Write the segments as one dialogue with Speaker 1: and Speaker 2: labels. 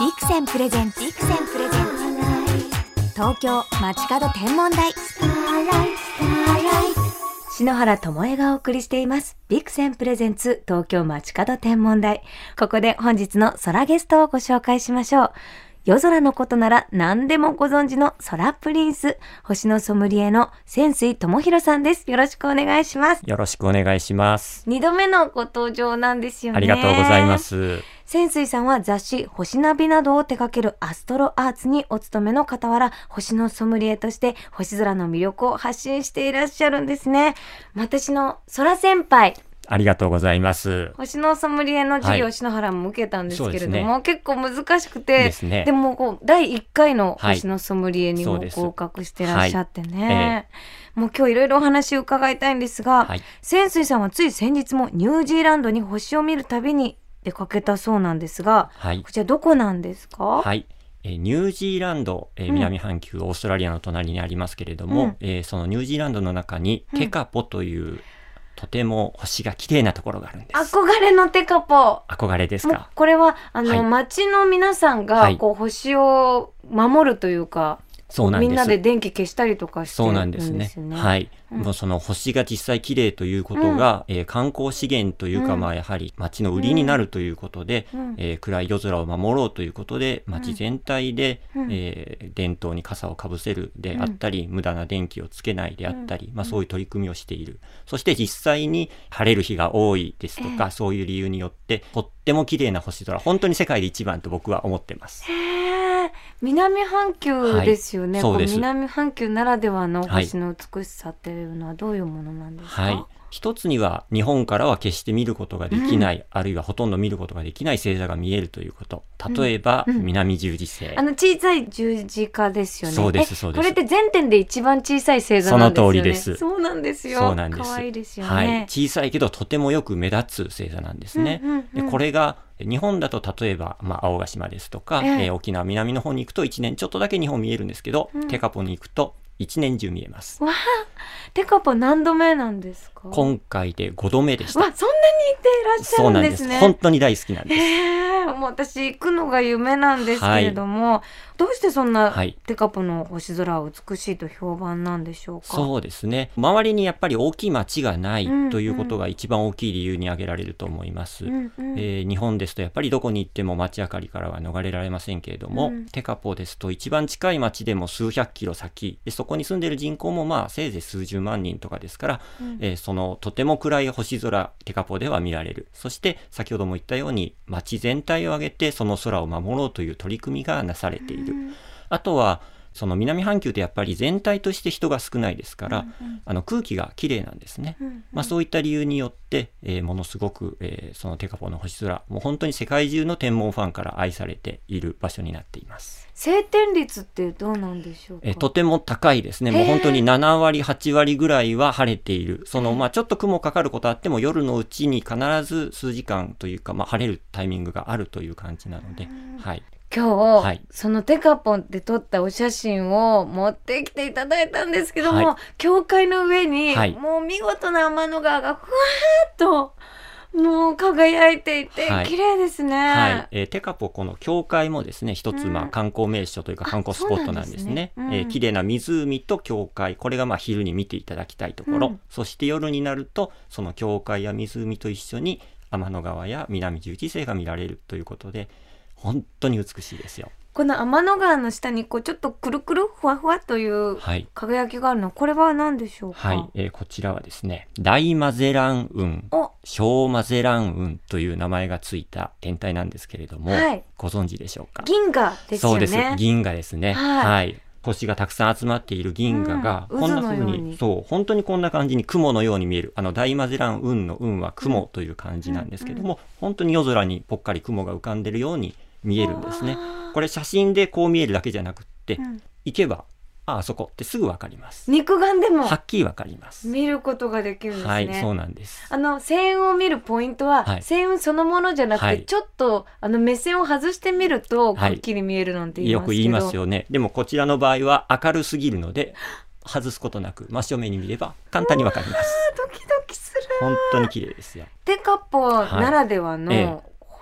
Speaker 1: ビクセンプレゼンツ東京街角天文台、篠原智恵がお送りしていますビクセンプレゼンツ東京街角天文台。ここで本日の空ゲストをご紹介しましょう。夜空のことなら何でもご存知の空プリンス、星のソムリエの泉水智弘さんです。よろしくお願いします。
Speaker 2: よろしくお願いします。
Speaker 1: 2度目のご登場なんですよね。
Speaker 2: ありがとうございます。
Speaker 1: 泉水さんは雑誌星ナビなどを手掛けるアストロアーツにお勤めの傍ら、星のソムリエとして星空の魅力を発信していらっしゃるんですね。私の空先輩、
Speaker 2: ありがとうございます。
Speaker 1: 星のソムリエの授業を篠原も受けたんですけれども、結構難しくて、でも第1回の星のソムリエにも合格してらっしゃってね、もう今日いろいろお話を伺いたいんですが、泉水さんはつい先日もニュージーランドに星を見る旅に出かけたそうなんですが、こちらどこなんですか？
Speaker 2: ニュージーランド、南半球オーストラリアの隣にありますけれども、そのニュージーランドの中にテカポという、とても星が綺麗なところがあるんです。
Speaker 1: 憧れのテカポ。
Speaker 2: 憧れですか？
Speaker 1: これは町の皆さんがこう星を守るというか、みんなで電気消したりとかしてるんですね。
Speaker 2: そうなんですね。はい。もうその星が実際綺麗ということが、観光資源というか、やはり町の売りになるということで、暗い夜空を守ろうということで、町全体で、電灯に傘をかぶせるであったり、無駄な電気をつけないであったり、そういう取り組みをしている。そして実際に晴れる日が多いですとか、そういう理由によってとっても綺麗な星空、本当に世界で一番と僕は思ってます。
Speaker 1: 南半球ですよね。こう南半球ならではの星の美しさっていうのはどういうものなんですか？
Speaker 2: 一つには日本からは決して見ることができない、あるいはほとんど見ることができない星座が見えるということ。例えば、南十字星。
Speaker 1: 小さい十字架ですよね。
Speaker 2: そうですそうです。
Speaker 1: これって全点で一番小さい星座なんですよね。
Speaker 2: その通りです。
Speaker 1: そうなんですよ。
Speaker 2: そうなんです。
Speaker 1: 可愛いですよね。
Speaker 2: 小さいけどとてもよく目立つ星座なんですね。でこれが日本だと例えば、青ヶ島ですとか、沖縄南の方に行くと1年ちょっとだけ日本見えるんですけど、テカポに行くと1年中見えます。
Speaker 1: わあ、テカポ何度目なんですか？
Speaker 2: 今回で5度目でした。
Speaker 1: そんなにいていらっしゃるんですね。
Speaker 2: そうなんです。本当に大好きなんです。
Speaker 1: もう私行くのが夢なんですけれども、どうしてそんなテカポの星空は美しいと評判なんでしょうか？
Speaker 2: そうですね。周りにやっぱり大きい町がないということが一番大きい理由に挙げられると思います。日本ですとやっぱりどこに行っても街明かりからは逃れられませんけれども、テカポですと一番近い町でも数百キロ先で、そこに住んでいる人口もせいぜい数十万人とかですから、そのとても暗い星空テカポでは見られる。そして先ほども言ったように町全体を挙げてその空を守ろうという取り組みがなされている。あとはその南半球ってやっぱり全体として人が少ないですから、空気がきれいなんですね。そういった理由によって、ものすごく、そのテカポの星空、もう本当に世界中の天文ファンから愛されている場所になっています。
Speaker 1: 晴天率ってどうなんでしょうか？
Speaker 2: とても高いですね。もう本当に7割8割ぐらいは晴れている。ちょっと雲かかることあっても夜のうちに必ず数時間というか、晴れるタイミングがあるという感じなので、
Speaker 1: 今日、そのテカポで撮ったお写真を持ってきていただいたんですけども、教会の上に、もう見事な天の川がふわーっともう輝いていて、綺麗ですね。
Speaker 2: テカポこの教会もですね、一つ観光名所というか観光スポットなんですね。綺麗な湖と教会、これが昼に見ていただきたいところ、そして夜になるとその教会や湖と一緒に天の川や南十字星が見られるということで、本当に美しいですよ。
Speaker 1: この天の川の下にちょっとくるくるふわふわという輝きがあるのは、これは何でしょうか？
Speaker 2: こちらはですね、大マゼラン雲、小マゼラン雲という名前がついた天体なんですけれども、ご存知でしょうか？
Speaker 1: 銀河ですよね。
Speaker 2: そうです、銀河ですね。星がたくさん集まっている銀河がこんな風に、本当にこんな感じに雲のように見える。大マゼラン雲の雲は雲という感じなんですけども、本当に夜空にぽっかり雲が浮かんでるように見えるんですね。これ写真でこう見えるだけじゃなくって、行けばあそこってすぐわかります。
Speaker 1: 肉眼でも
Speaker 2: はっきりわかります。
Speaker 1: 見ることができるんですね。
Speaker 2: そうなんです。
Speaker 1: 星雲を見るポイントは、星雲そのものじゃなくて、ちょっと目線を外してみるとはっきり見えるなんて言いますけど、
Speaker 2: よく言いますよね。でもこちらの場合は明るすぎるので外すことなく真正面に見れば簡単にわかります。
Speaker 1: ドキドキする。
Speaker 2: 本当に綺麗ですよ。
Speaker 1: テカポならではの、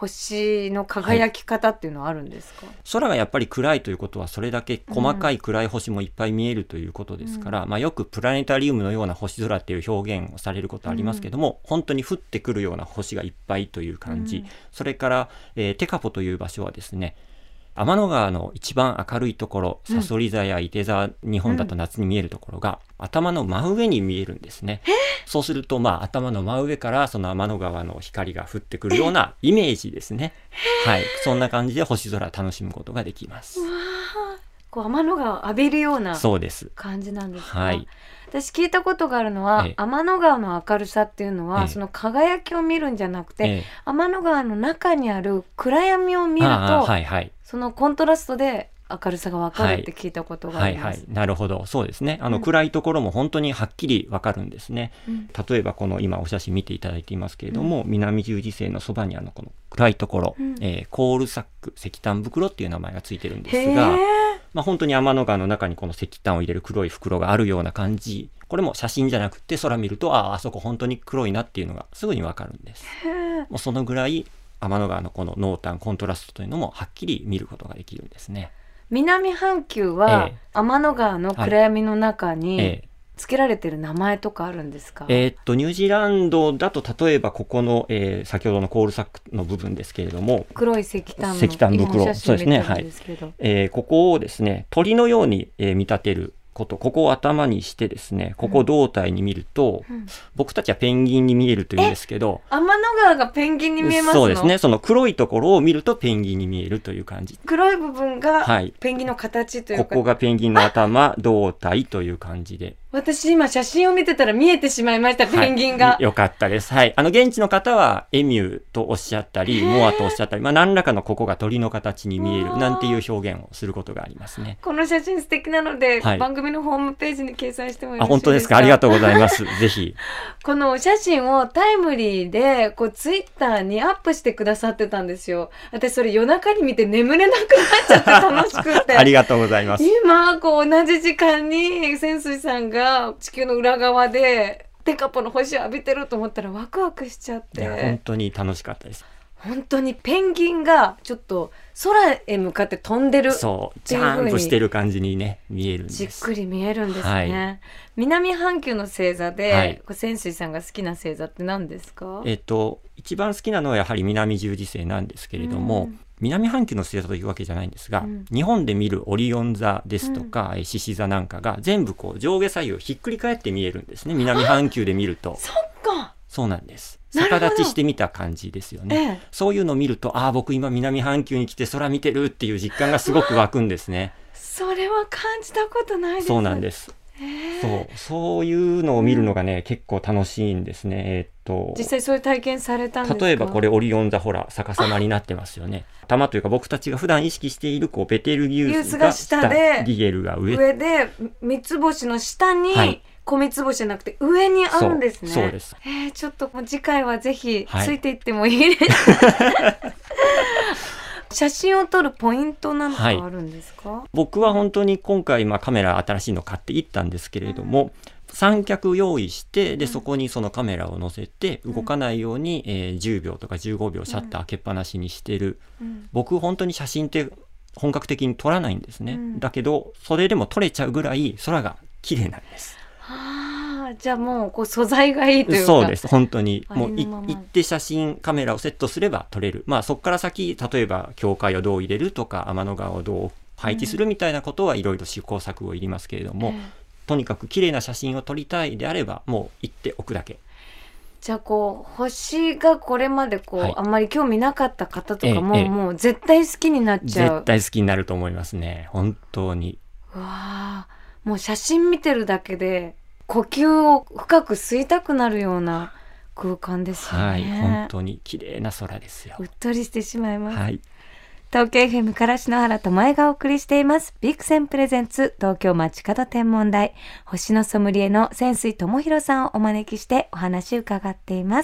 Speaker 1: 星の輝き方っていうのはあるんですか？
Speaker 2: 空がやっぱり暗いということはそれだけ細かい暗い星もいっぱい見えるということですから、よくプラネタリウムのような星空っていう表現をされることありますけども、本当に降ってくるような星がいっぱいという感じ、それから、テカポという場所はですね、天の川の一番明るいところ、さそり座やいて座、日本だと夏に見えるところが、頭の真上に見えるんですね。そうすると、頭の真上からその天の川の光が降ってくるようなイメージですね。はい、そんな感じで星空楽しむことができます。
Speaker 1: こう天の川を浴びるような感じなんですか？はい、私聞いたことがあるのは、天の川の明るさっていうのは、その輝きを見るんじゃなくて、天の川の中にある暗闇を見ると、そのコントラストで明るさが分かるって聞いたことがあります。
Speaker 2: なるほど、そうですね。暗いところも本当にはっきり分かるんですね。例えばこの今お写真見ていただいていますけれども、南十字星のそばにこの暗いところ、コールサック、石炭袋っていう名前がついてるんですが、本当に天の川の中にこの石炭を入れる黒い袋があるような感じ。これも写真じゃなくて空見ると、あそこ本当に黒いなっていうのがすぐに分かるんです。もうそのぐらい天の川のこの濃淡コントラストというのもはっきり見ることができるんですね。
Speaker 1: 南半球は、天の川の暗闇の中に付けられてる名前とかあるんですか？
Speaker 2: ニュージーランドだと例えばここの、先ほどのコールサックの部分ですけれども、
Speaker 1: 黒い石炭
Speaker 2: 袋、そうですね、ここをですね鳥のように、見立てること、ここを頭にしてですね、ここを胴体に見ると、僕たちはペンギンに見えるというんですけど、
Speaker 1: 天の川がペンギンに見えますの？
Speaker 2: そうですね、その黒いところを見るとペンギンに見えるという感じ。
Speaker 1: 黒い部分がペンギンの形というか、
Speaker 2: ここがペンギンの頭、胴体という感じで。
Speaker 1: 私今写真を見てたら見えてしまいました、ペンギンが。
Speaker 2: よかったです。現地の方はエミューとおっしゃったり、モアとおっしゃったり、何らかのここが鳥の形に見えるなんていう表現をすることがありますね。
Speaker 1: この写真素敵なので、番組のホームページに掲載してもよろしいですか？
Speaker 2: 本当ですか？ありがとうございます。ぜひ。
Speaker 1: このお写真をタイムリーでツイッターにアップしてくださってたんですよ。私それ夜中に見て眠れなくなっちゃって楽しくて。
Speaker 2: ありがとうございます。
Speaker 1: 今同じ時間に潜水さんが地球の裏側でテカポの星を浴びてると思ったらワクワクしちゃって。
Speaker 2: 本当に楽しかったです。
Speaker 1: 本当にペンギンがちょっと空へ向かって飛んでるっていう風に、
Speaker 2: ジャンプしてる感じにね見えるんです。
Speaker 1: じっくり見えるんですね。南半球の星座で、潜水さんが好きな星座って何ですか？
Speaker 2: 一番好きなのはやはり南十字星なんですけれども、南半球の星座というわけじゃないんですが、日本で見るオリオン座ですとか、獅子座なんかが全部上下左右ひっくり返って見えるんですね、南半球で見ると。
Speaker 1: そっか。
Speaker 2: そうなんです。逆立ちしてみた感じですよね。そういうのを見ると、僕今南半球に来て空見てるっていう実感がすごく湧くんですね。
Speaker 1: それは感じたことないです。
Speaker 2: そうなんです。そういうのを見るのがね、結構楽しいんですね。
Speaker 1: 実際そういう体験されたんですか？
Speaker 2: 例えばこれオリオン座、ほら逆さまになってますよね。玉というか僕たちが普段意識しているベテルギウスが下で、リゲルが上
Speaker 1: で、三つ星の下に、小三つ星じゃなくて上にあるんですね。
Speaker 2: そうです。
Speaker 1: ちょっともう次回はぜひついていってもいいですか？写真を撮るポイントなんかあるんですか？
Speaker 2: 僕は本当に今回カメラ新しいの買っていったんですけれども、三脚用意して、でそこにそのカメラを載せて動かないように、10秒とか15秒シャッター開けっぱなしにしてる。僕本当に写真って本格的に撮らないんですね。だけどそれでも撮れちゃうぐらい空が綺麗なんです。
Speaker 1: じゃあもう素材がいいというか。
Speaker 2: そうです。本当にもう行って写真カメラをセットすれば撮れる。そこから先、例えば境界をどう入れるとか天の川をどう配置するみたいなことはいろいろ試行錯誤いりますけれども、とにかく綺麗な写真を撮りたいであればもう行っておくだけ。
Speaker 1: じゃあ星がこれまであんまり興味なかった方とかも、もう絶対好きになっちゃう。
Speaker 2: 絶対好きになると思いますね。本当に。
Speaker 1: もう写真見てるだけで呼吸を深く吸いたくなるような空間ですよね。
Speaker 2: 本当に綺麗な空ですよ。
Speaker 1: うっとりしてしまいます。東京 FM から篠原智恵がお送りしていますビクセンプレゼンツ東京街角天文台、星のソムリエの泉水智弘さんをお招きしてお話伺っています。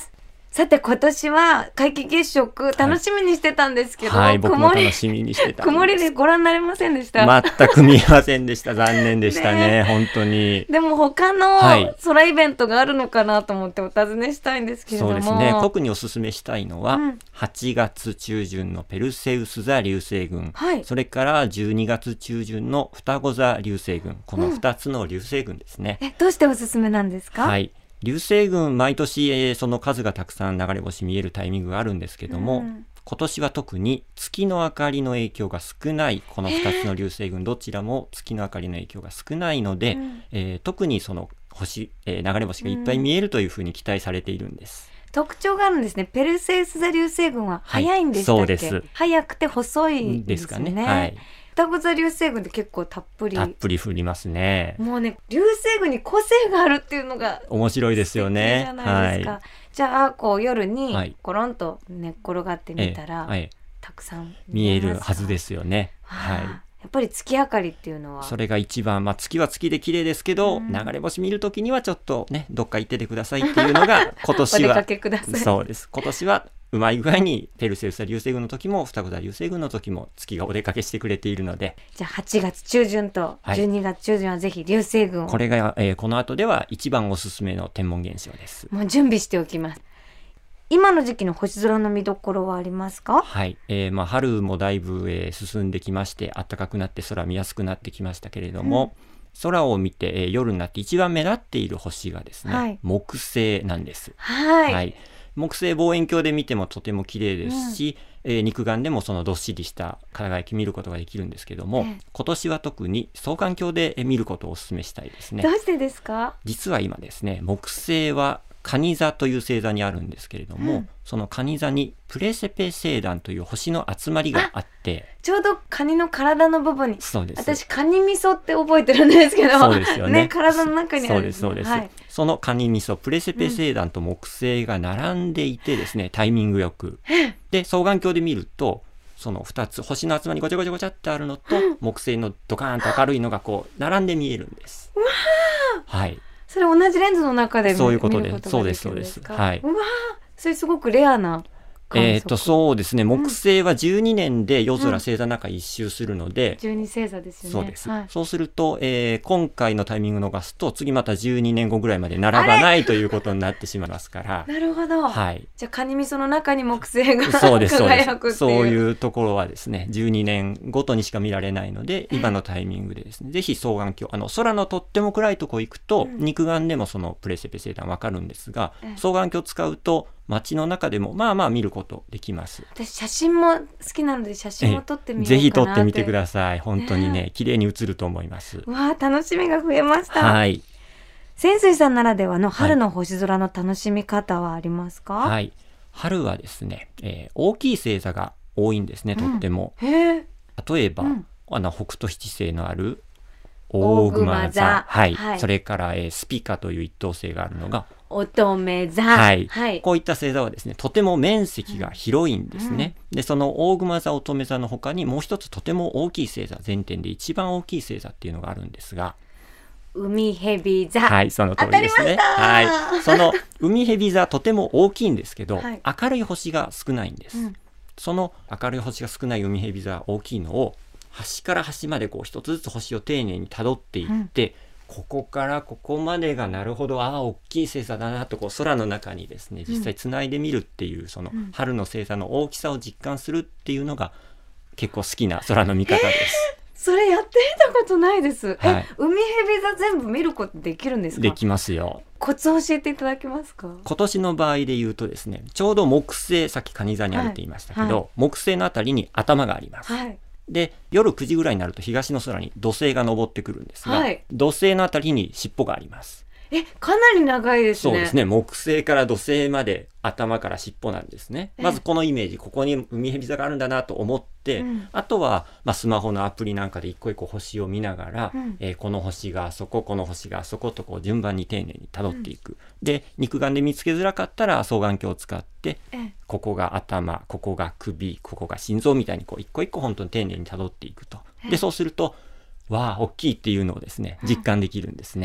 Speaker 1: さて今年は皆既月食楽しみにしてたんですけど、
Speaker 2: はい、僕も楽しみにしてたんです。
Speaker 1: 曇りでご覧になれませんでした？
Speaker 2: 全く見えませんでした。残念でしたね本当に。
Speaker 1: でも他の空イベントがあるのかなと思ってお尋ねしたいんですけれども。
Speaker 2: そうですね、特におすすめしたいのは、8月中旬のペルセウス座流星群、それから12月中旬の双子座流星群、この2つの流星群ですね。
Speaker 1: どうしておすすめなんですか？
Speaker 2: はい、流星群毎年、その数がたくさん流れ星見えるタイミングがあるんですけども、今年は特に月の明かりの影響が少ないこの2つの流星群どちらも月の明かりの影響が少ないので、特にその星、流れ星がいっぱい見えるというふうに期待されているんです。
Speaker 1: 特徴があるんですね。ペルセウス座流星群は早いんでしたっけ？
Speaker 2: そうです。
Speaker 1: 早くて細いですかね。はい。双子座流星群って結構たっぷり
Speaker 2: 降りますね。
Speaker 1: もうね、流星群に個性があるっていうのが
Speaker 2: 面白いですよね。
Speaker 1: じゃないですか。はい、じゃあこう夜にコロンと寝っ転がってみたら、たくさん
Speaker 2: 見えるはずですよね。はい。
Speaker 1: やっぱり月明かりっていうのは
Speaker 2: それが一番、月は月で綺麗ですけど、流れ星見るときにはちょっとね、どっか行っててくださいっていうのが今年は
Speaker 1: お出かけください。
Speaker 2: そうです。今年はうまい具合にペルセウス座流星群の時も双子座流星群の時も月がお出かけしてくれているので、
Speaker 1: じゃあ8月中旬と12月中旬はぜひ流星群を、
Speaker 2: これが、この後では一番おすすめの天文現象です。
Speaker 1: もう準備しておきます。今の時期の星空の見どころはありますか？
Speaker 2: はい、春もだいぶ、進んできまして暖かくなって空見やすくなってきましたけれども、空を見て、夜になって一番目立っている星がですね、木星なんです。はい、木星望遠鏡で見てもとても綺麗ですし、肉眼でもそのどっしりした輝き見ることができるんですけども、今年は特に双眼鏡で見ることをお勧めしたいですね。
Speaker 1: どうしてですか？
Speaker 2: 実は今ですね、木星は蟹座という星座にあるんですけれども、その蟹座にプレセペ星団という星の集まりがあって、
Speaker 1: ちょうどカニの体の部分に。
Speaker 2: そうです。
Speaker 1: 私カニ味噌って覚えてるんですけど、
Speaker 2: そうですよね。
Speaker 1: 体の中にあるんですね。
Speaker 2: そうです。そのカニ味噌プレセペ星団と木星が並んでいてですね、タイミングよくで双眼鏡で見ると、その2つ星の集まりごちゃごちゃごちゃってあるのと、木星のドカーンと明るいのがこう並んで見えるんです。はい。
Speaker 1: それ同じレンズの中で見ることができるんですか？
Speaker 2: そうです。はい。
Speaker 1: うわー、それすごくレアな。
Speaker 2: そうですね、木星は12年で夜空星座の中一周するので、
Speaker 1: 12星座ですよね。
Speaker 2: そうです。そうすると、今回のタイミング逃すと次また12年後ぐらいまで並ばないということになってしまいますから。
Speaker 1: なるほど。はい。じゃあカニ味噌の中に木星が輝くっていう。
Speaker 2: そういうところはですね、12年ごとにしか見られないので、今のタイミングでですね、ぜひ双眼鏡、空のとっても暗いとこ行くと、肉眼でもそのプレセペ星団わかるんですが、双眼鏡使うと街の中でもまあまあ見ることできます。
Speaker 1: 私写真も好きなので写真を撮ってみようかなって。
Speaker 2: ぜひ撮ってみてください。本当にね、綺麗に写ると思います。
Speaker 1: わあ、楽しみが増えました。
Speaker 2: はい。
Speaker 1: 泉水さんならではの春の星空の楽しみ方はありますか？
Speaker 2: はい。春はですね、大きい星座が多いんですね、とっても。例えば、北斗七星のある大熊座、それから、スピカという一等星があるのが
Speaker 1: 乙女座、
Speaker 2: こういった星座はですね、とても面積が広いんですね。で、その大熊座、乙女座の他にもう一つとても大きい星座、全天で一番大きい星座っていうのがあるんですが、
Speaker 1: 海蛇座。
Speaker 2: はい、その通りですね。はい、その海蛇座とても大きいんですけど、明るい星が少ないんです。その明るい星が少ない海蛇座大きいのを端から端までこう一つずつ星を丁寧にたどっていって、ここからここまでがなるほど大きい星座だなとこう空の中にですね実際つないでみるっていう、その春の星座の大きさを実感するっていうのが結構好きな空の見方です。
Speaker 1: それやってみたことないです。海蛇座全部見ることできるんですか？
Speaker 2: できますよ。
Speaker 1: コツ教えていただけますか？
Speaker 2: 今年の場合で言うとですね、ちょうど木星、さっき蟹座にあるって言いましたけど、木星のあたりに頭があります。で、夜9時ぐらいになると東の空に土星が昇ってくるんですが、土星のあたりに尻尾があります。
Speaker 1: かなり長いですね。
Speaker 2: そうですね。木星から土星まで頭から尻尾なんですね。まずこのイメージ、ここに海蛇座があるんだなと思って、あとは、スマホのアプリなんかで一個一個星を見ながら、この星があそこ、この星があそことこう順番に丁寧に辿っていく。で、肉眼で見つけづらかったら双眼鏡を使って、ここが頭、ここが首、ここが心臓みたいにこう一個一個本当に丁寧に辿っていくと。で、そうすると、わあ、大きいっていうのをですね、実感できるんですね。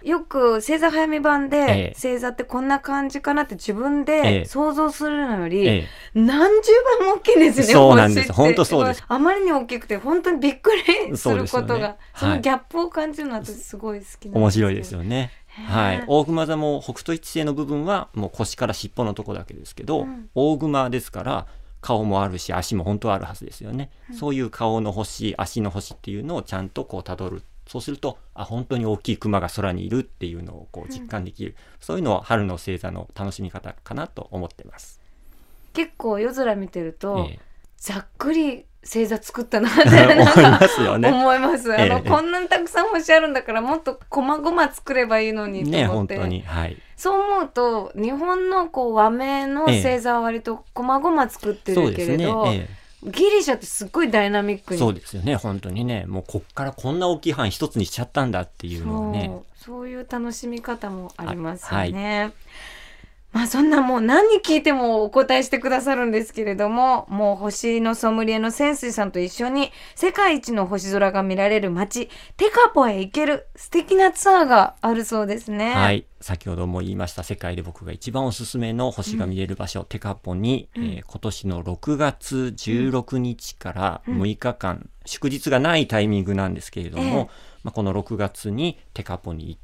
Speaker 1: よく星座早見版で、星座ってこんな感じかなって自分で想像するのより、何十倍も大きいんですよね。
Speaker 2: そうなんです。本当そうです。
Speaker 1: あまりに大きくて本当にびっくりすることが、そのギャップを感じるのは私すごい好きなんですけど。
Speaker 2: 面白いですよね。はい、大熊座も北斗七星の部分はもう腰から尻尾のとこだけですけど、大熊ですから顔もあるし足も本当はあるはずですよね、そういう顔の星、足の星っていうのをちゃんとこう辿る。そうすると本当に大きい熊が空にいるっていうのをこう実感できる、そういうのは春の星座の楽しみ方かなと思ってます。
Speaker 1: 結構夜空見てると、ざっくり星座作ったなって思いますよね。思います。こんなにたくさん星あるんだからもっと細々作ればいいのにと思って、
Speaker 2: 本当に、はい、
Speaker 1: そう思うと日本のこう和名の星座は割と細々作ってるけれど、ギリシャってすっごいダイナミックに。
Speaker 2: そうですよね。本当にね、もうこっからこんな大きい範囲一つにしちゃったんだっていうのをね、
Speaker 1: そういう楽しみ方もありますよね。そんなもう何聞いてもお答えしてくださるんですけれども、もう星のソムリエの泉水さんと一緒に世界一の星空が見られる街テカポへ行ける素敵なツアーがあるそうですね。
Speaker 2: はい、先ほども言いました世界で僕が一番おすすめの星が見れる場所、テカポに、今年の6月16日から6日間、祝日がないタイミングなんですけれども、この6月にテカポに行って、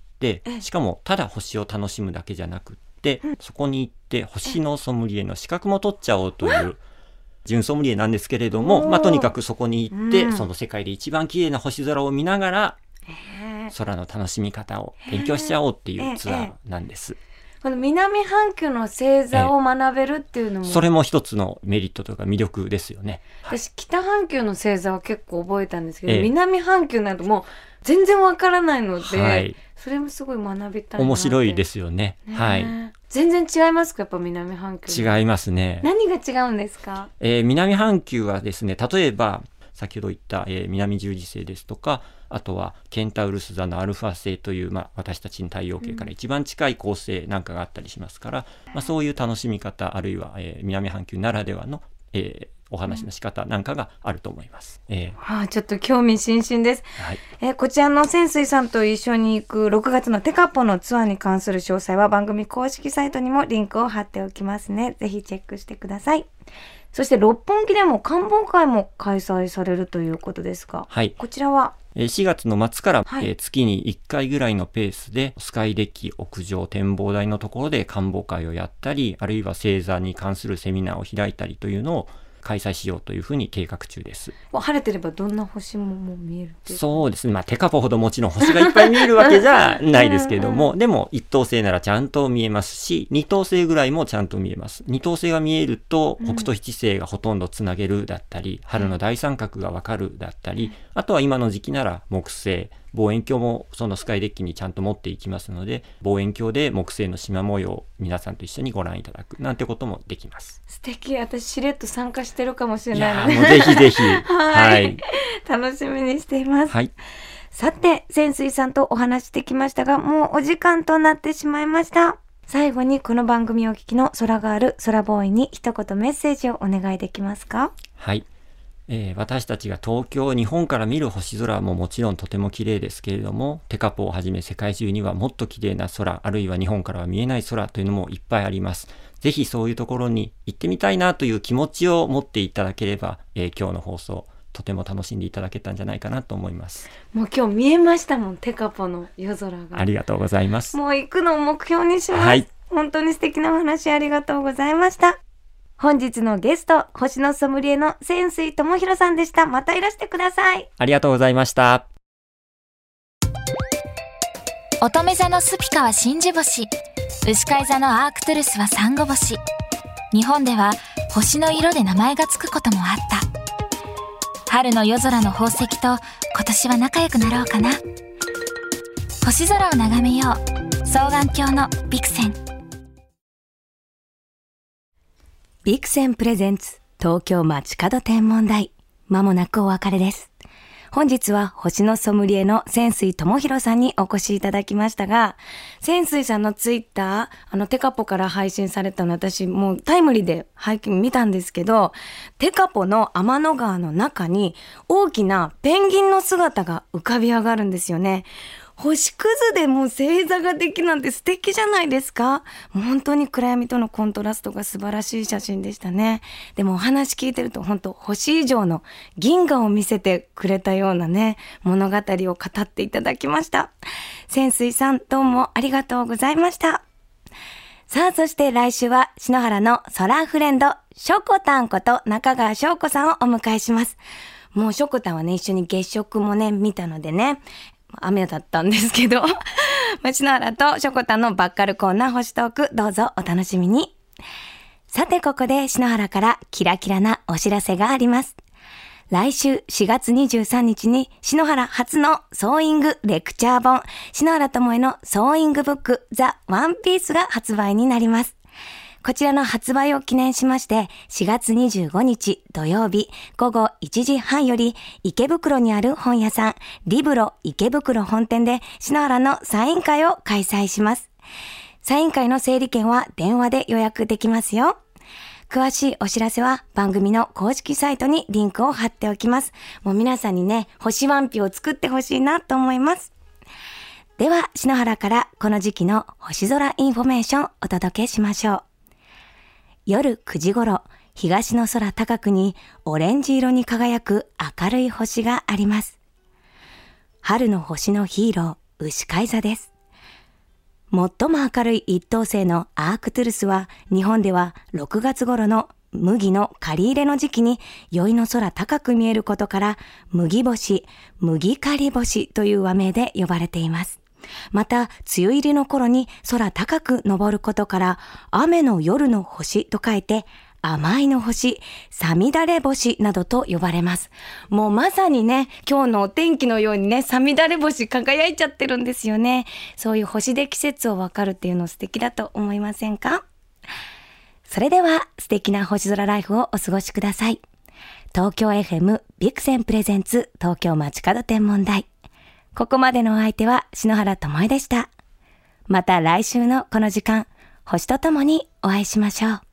Speaker 2: しかもただ星を楽しむだけじゃなくでそこに行って星のソムリエの資格も取っちゃおうという準ソムリエなんですけれども、とにかくそこに行って、その世界で一番綺麗な星空を見ながら、空の楽しみ方を勉強しちゃおうっていうツアーなんです。
Speaker 1: この南半球の星座を学べるっていうのも、
Speaker 2: それも一つのメリットというか魅力ですよね。
Speaker 1: 私北半球の星座は結構覚えたんですけど、南半球なんてもう全然わからないので、それもすごい学びたいなって。
Speaker 2: 面白いですよね。はい。
Speaker 1: 全然違いますか？やっぱ南半球。
Speaker 2: 違いますね。
Speaker 1: 何が違うんですか？
Speaker 2: 南半球はですね、例えば先ほど言った、南十字星ですとか、あとはケンタウルス座のアルファ星という、私たちの太陽系から一番近い恒星なんかがあったりしますから、そういう楽しみ方、あるいは、南半球ならではの、お話の仕方なんかがあると思います。
Speaker 1: ちょっと興味津々です。こちらの泉水さんと一緒に行く6月のテカポのツアーに関する詳細は番組公式サイトにもリンクを貼っておきますね。ぜひチェックしてください。そして六本木でも観望会も開催されるということですが、こちらは
Speaker 2: 4月の末から、月に1回ぐらいのペースでスカイデッキ屋上展望台のところで観望会をやったり、あるいは星座に関するセミナーを開いたりというのを開催しようというふうに計画中です。
Speaker 1: 晴れてればどんな星ももう見えるっていう。
Speaker 2: そうですね。テカポほどもちろん星がいっぱい見えるわけじゃないですけれども、でも一等星ならちゃんと見えますし、二等星ぐらいもちゃんと見えます。二等星が見えると北斗七星がほとんどつなげるだったり、春の大三角がわかるだったり、あとは今の時期なら木星、望遠鏡もそのスカイデッキにちゃんと持っていきますので、望遠鏡で木星の縞模様を皆さんと一緒にご覧いただくなんてこともできます。
Speaker 1: 素敵。私しれっと参加してるかもしれないので、
Speaker 2: もうぜひぜひ
Speaker 1: はい、楽しみにしています。さて泉水さんとお話してきましたが、もうお時間となってしまいました。最後にこの番組をお聞きの空ガール、空ボーイに一言メッセージをお願いできますか？
Speaker 2: はい、私たちが東京、日本から見る星空ももちろんとても綺麗ですけれども、テカポをはじめ世界中にはもっと綺麗な空、あるいは日本からは見えない空というのもいっぱいあります。ぜひそういうところに行ってみたいなという気持ちを持っていただければ、今日の放送とても楽しんでいただけたんじゃないかなと思います。
Speaker 1: もう今日見えましたもん、テカポの夜空が。
Speaker 2: ありがとうございます。
Speaker 1: もう行くのを目標にします。本当に素敵なお話ありがとうございました。本日のゲスト、星のソムリエの泉水智弘さんでした。またいらしてください。
Speaker 2: ありがとうございました。
Speaker 3: 乙女座のスピカは真珠星、牛飼い座のアークトゥルスはサンゴ星。日本では星の色で名前がつくこともあった。春の夜空の宝石と今年は仲良くなろうかな。星空を眺めよう。双眼鏡のビクセン。
Speaker 1: ビクセンプレゼンツ東京街角天文台、まもなくお別れです。本日は星のソムリエの泉水智弘さんにお越しいただきましたが、泉水さんのツイッター、テカポから配信されたの私もうタイムリーで見たんですけど、テカポの天の川の中に大きなペンギンの姿が浮かび上がるんですよね。 星屑でもう星座ができなんて素敵じゃないですか。もう本当に暗闇とのコントラストが素晴らしい写真でしたね。でもお話聞いてると本当星以上の銀河を見せてくれたようなね、物語を語っていただきました。潜水さん、どうもありがとうございました。さあ、そして来週は篠原のソラーフレンド、しょこたんこと中川翔子さんをお迎えします。もうしょこたんはね、一緒に月食もね、見たのでね、雨だったんですけど、篠原としょこたんのバッカルコーナー星トーク、どうぞお楽しみに。さて、ここで篠原からキラキラなお知らせがあります。来週4月23日に篠原初のソーイングレクチャー本、篠原ともえのソーイングブックザ・ワンピースが発売になります。こちらの発売を記念しまして4月25日土曜日午後1時半より池袋にある本屋さんリブロ池袋本店で篠原のサイン会を開催します。サイン会の整理券は電話で予約できますよ。詳しいお知らせは番組の公式サイトにリンクを貼っておきます。もう皆さんにね、星ワンピを作ってほしいなと思います。では、篠原からこの時期の星空インフォメーションをお届けしましょう。夜9時頃、東の空高くにオレンジ色に輝く明るい星があります。春の星のヒーロー、牛飼い座です。最も明るい一等星のアークトゥルスは日本では6月頃の麦の刈り入れの時期に宵の空高く見えることから麦星、麦刈り星という和名で呼ばれています。また梅雨入りの頃に空高く昇ることから雨の夜の星と書いて甘いの星、さみだれ星などと呼ばれます。もうまさにね、今日のお天気のようにね、さみだれ星輝いちゃってるんですよね。そういう星で季節をわかるっていうの素敵だと思いませんか？それでは素敵な星空ライフをお過ごしください。東京 FM ビクセンプレゼンツ東京街角天文台。ここまでのお相手は篠原ともえでした。また来週のこの時間、星とともにお会いしましょう。